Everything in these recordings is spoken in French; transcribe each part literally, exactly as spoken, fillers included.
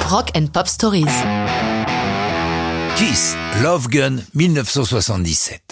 Rock and Pop Stories. Kiss, Love Gun, dix-neuf cent soixante-dix-sept.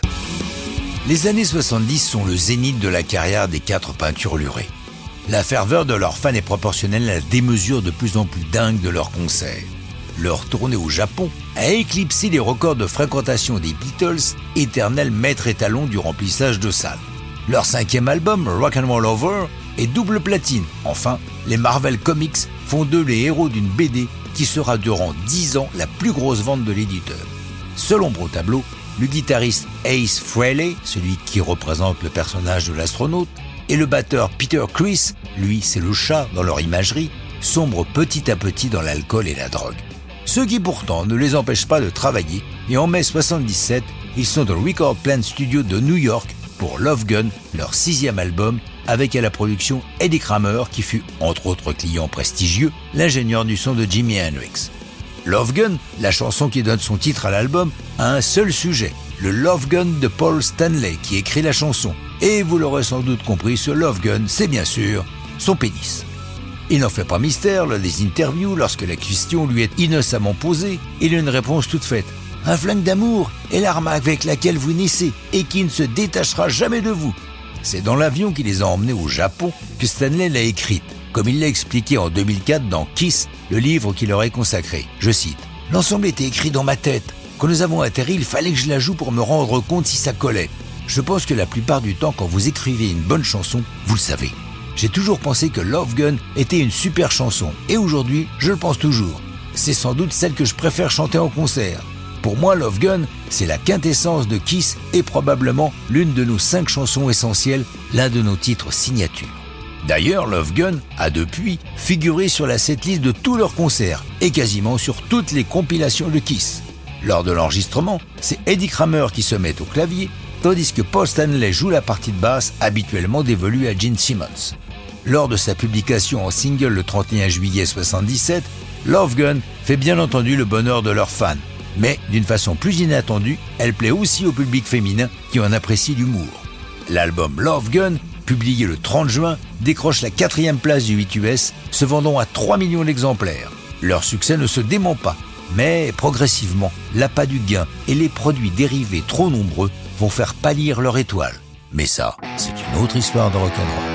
Les années soixante-dix sont le zénith de la carrière des quatre peinturlurés. La ferveur de leurs fans est proportionnelle à la démesure de plus en plus dingue de leurs concerts. Leur tournée au Japon a éclipsé les records de fréquentation des Beatles, éternel maître étalon du remplissage de salles. Leur cinquième album, Rock and Roll Over, est double platine. Enfin, les Marvel Comics font d'eux les héros d'une B D qui sera durant dix ans la plus grosse vente de l'éditeur. Seul ombre au tableau, le guitariste Ace Frehley, celui qui représente le personnage de l'astronaute, et le batteur Peter Criss, lui c'est le chat dans leur imagerie, sombrent petit à petit dans l'alcool et la drogue. Ce qui pourtant ne les empêche pas de travailler, et en mai soixante-dix-sept, ils sont au Record Plant Studio de New York pour Love Gun, leur sixième album, avec à la production Eddie Kramer, qui fut, entre autres clients prestigieux, l'ingénieur du son de Jimi Hendrix. Love Gun, la chanson qui donne son titre à l'album, a un seul sujet, le Love Gun de Paul Stanley, qui écrit la chanson. Et vous l'aurez sans doute compris, ce Love Gun, c'est bien sûr son pénis. Il n'en fait pas mystère lors des interviews, lorsque la question lui est innocemment posée, il a une réponse toute faite. Un flingue d'amour est l'arme avec laquelle vous naissez et qui ne se détachera jamais de vous. C'est dans l'avion qui les a emmenés au Japon que Stanley l'a écrite, comme il l'a expliqué en deux mille quatre dans Kiss, le livre qui leur est consacré. Je cite « L'ensemble était écrit dans ma tête. Quand nous avons atterri, il fallait que je la joue pour me rendre compte si ça collait. Je pense que la plupart du temps, quand vous écrivez une bonne chanson, vous le savez. J'ai toujours pensé que Love Gun était une super chanson, et aujourd'hui, je le pense toujours. C'est sans doute celle que je préfère chanter en concert. Pour moi, Love Gun, c'est la quintessence de Kiss et probablement l'une de nos cinq chansons essentielles, l'un de nos titres signatures. D'ailleurs, Love Gun a depuis figuré sur la setlist de tous leurs concerts et quasiment sur toutes les compilations de Kiss. Lors de l'enregistrement, c'est Eddie Kramer qui se met au clavier, tandis que Paul Stanley joue la partie de basse habituellement dévolue à Gene Simmons. Lors de sa publication en single le trente et un juillet soixante-dix-sept, Love Gun fait bien entendu le bonheur de leurs fans. Mais, d'une façon plus inattendue, elle plaît aussi au public féminin qui en apprécie l'humour. L'album Love Gun, publié le trente juin, décroche la quatrième place du huit U S, se vendant à trois millions d'exemplaires. Leur succès ne se dément pas, mais progressivement, l'appât du gain et les produits dérivés trop nombreux vont faire pâlir leur étoile. Mais ça, c'est une autre histoire de rock'n'roll.